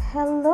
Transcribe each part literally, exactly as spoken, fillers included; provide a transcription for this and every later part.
Hello,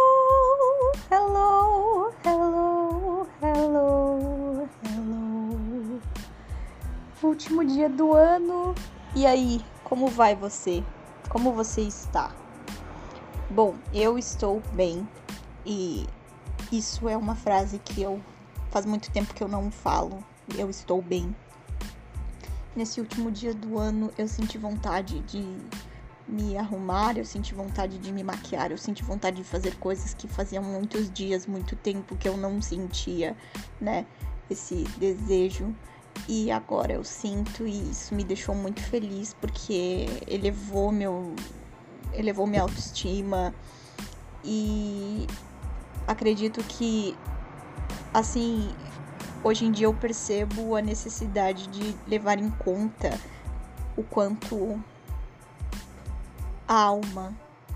hello, hello, hello, hello. Último dia do ano. E aí, como vai você? Como você está? Bom, eu estou bem. E isso é uma frase que eu faz muito tempo que eu não falo. Eu estou bem. Nesse último dia do ano, eu senti vontade de me arrumar, eu senti vontade de me maquiar, eu senti vontade de fazer coisas que faziam muitos dias, muito tempo que eu não sentia, né, esse desejo. E agora eu sinto, e isso me deixou muito feliz, porque elevou meu, elevou minha autoestima. E acredito que, assim, hoje em dia eu percebo a necessidade de levar em conta o quanto a alma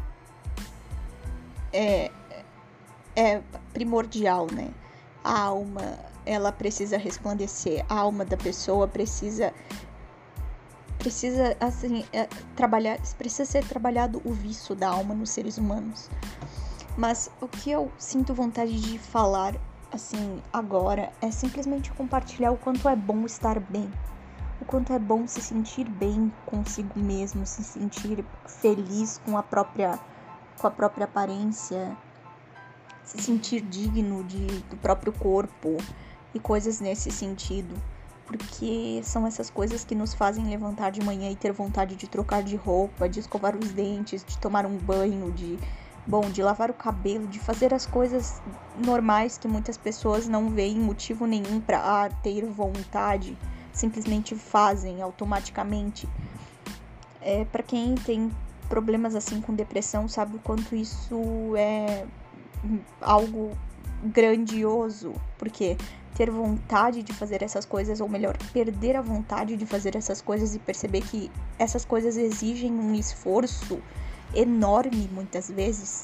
é, é primordial, né? A alma, ela precisa resplandecer. A alma da pessoa precisa, precisa assim, é, trabalhar, precisa ser trabalhado o vício da alma nos seres humanos. Mas o que eu sinto vontade de falar, assim, agora, é simplesmente compartilhar o quanto é bom estar bem. O quanto é bom se sentir bem consigo mesmo, se sentir feliz com a própria, com a própria aparência, se sentir digno de, do próprio corpo e coisas nesse sentido. Porque são essas coisas que nos fazem levantar de manhã e ter vontade de trocar de roupa, de escovar os dentes, de tomar um banho, de, bom, de lavar o cabelo, de fazer as coisas normais que muitas pessoas não veem motivo nenhum para ah, ter vontade. Simplesmente fazem automaticamente. É, para quem tem problemas assim com depressão, sabe o quanto isso é algo grandioso, porque ter vontade de fazer essas coisas, ou melhor, perder a vontade de fazer essas coisas e perceber que essas coisas exigem um esforço enorme muitas vezes,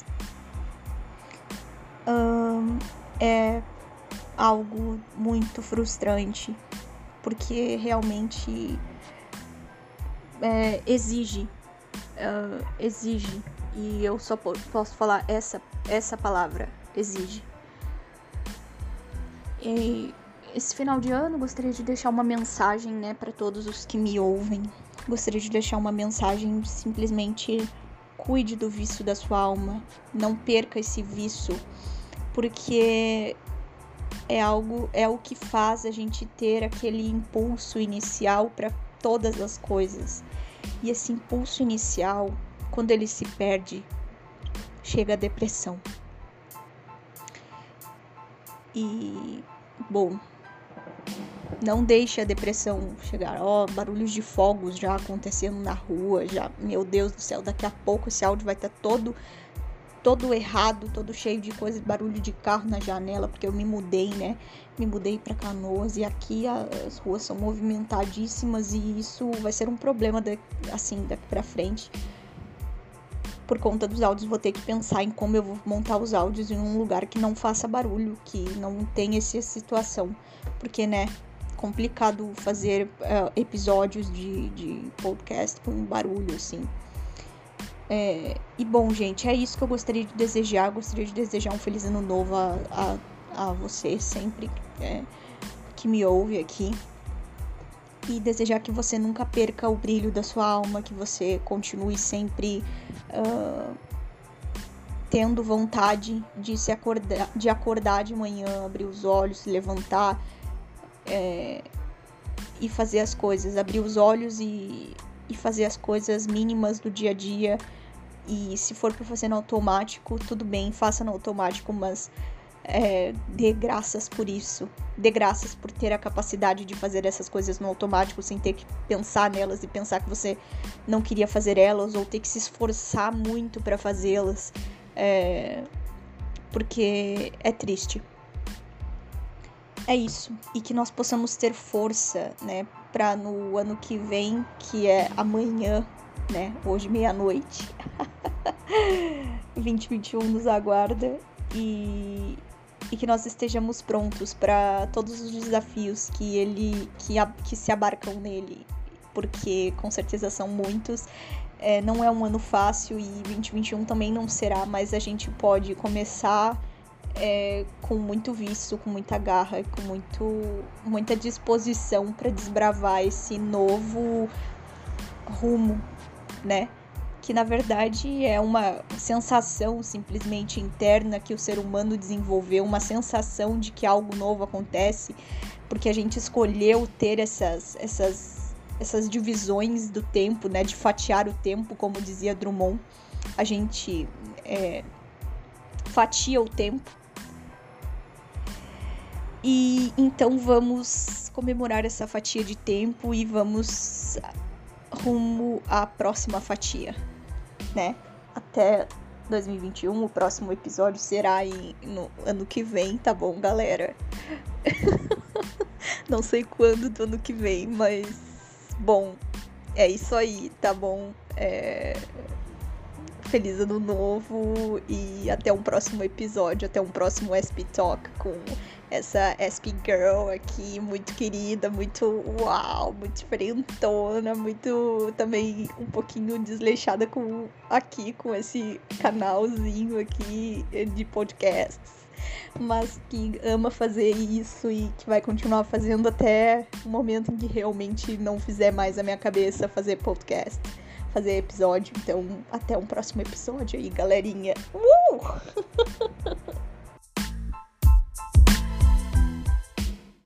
hum, é algo muito frustrante. Porque realmente é, exige, uh, exige, e eu só posso falar essa, essa palavra, exige. E esse final de ano gostaria de deixar uma mensagem, né, para todos os que me ouvem. Gostaria de deixar uma mensagem, simplesmente cuide do vício da sua alma, não perca esse vício, porque é algo, é o que faz a gente ter aquele impulso inicial para todas as coisas. E esse impulso inicial, quando ele se perde, chega a depressão. E, bom, não deixe a depressão chegar. Ó, oh, barulhos de fogos já acontecendo na rua, já, meu Deus do céu, daqui a pouco esse áudio vai estar todo todo errado, todo cheio de coisa, barulho de carro na janela, porque eu me mudei, né? Me mudei para Canoas e aqui as ruas são movimentadíssimas e isso vai ser um problema, de, assim, daqui para frente. Por conta dos áudios, vou ter que pensar em como eu vou montar os áudios em um lugar que não faça barulho, que não tenha essa situação. Porque, né, complicado fazer uh, episódios de, de podcast com barulho, assim. É, e bom, gente, é isso que eu gostaria de desejar. Eu gostaria de desejar um feliz ano novo a, a, a você sempre é, que me ouve aqui. E desejar que você nunca perca o brilho da sua alma, que você continue sempre uh, tendo vontade de, se acordar, de acordar de manhã, abrir os olhos, se levantar é, e fazer as coisas. Abrir os olhos e, e fazer as coisas mínimas do dia a dia. E se for para fazer no automático, tudo bem, faça no automático, mas é, dê graças por isso. Dê graças por ter a capacidade de fazer essas coisas no automático, sem ter que pensar nelas e pensar que você não queria fazer elas, ou ter que se esforçar muito para fazê-las, é, porque é triste. É isso. E que nós possamos ter força, né, para no ano que vem, que é amanhã, né, hoje meia-noite, vinte e vinte e um nos aguarda, e, e que nós estejamos prontos para todos os desafios que ele que, a, que se abarcam nele, porque com certeza são muitos. É, não é um ano fácil e vinte e vinte e um também não será, mas a gente pode começar é, com muito vício, com muita garra, com muito, muita disposição para desbravar esse novo rumo, né? Que na verdade é uma sensação simplesmente interna que o ser humano desenvolveu, uma sensação de que algo novo acontece, porque a gente escolheu ter essas, essas, essas divisões do tempo, né, de fatiar o tempo, como dizia Drummond. A gente é, fatia o tempo. E então vamos comemorar essa fatia de tempo e vamos rumo à próxima fatia, né? Até dois mil e vinte e um, o próximo episódio será em, no ano que vem, tá bom, galera? Não sei quando do ano que vem, mas bom, é isso aí, tá bom? É... Feliz ano novo e até um próximo episódio, até um próximo S P Talk com essa S P Girl aqui, muito querida, muito uau, muito diferentona, muito também um pouquinho desleixada com aqui, com esse canalzinho aqui de podcasts, mas que ama fazer isso e que vai continuar fazendo até o momento em que realmente não fizer mais a minha cabeça fazer podcast, fazer episódio. Então, até um próximo episódio aí, galerinha. Uh!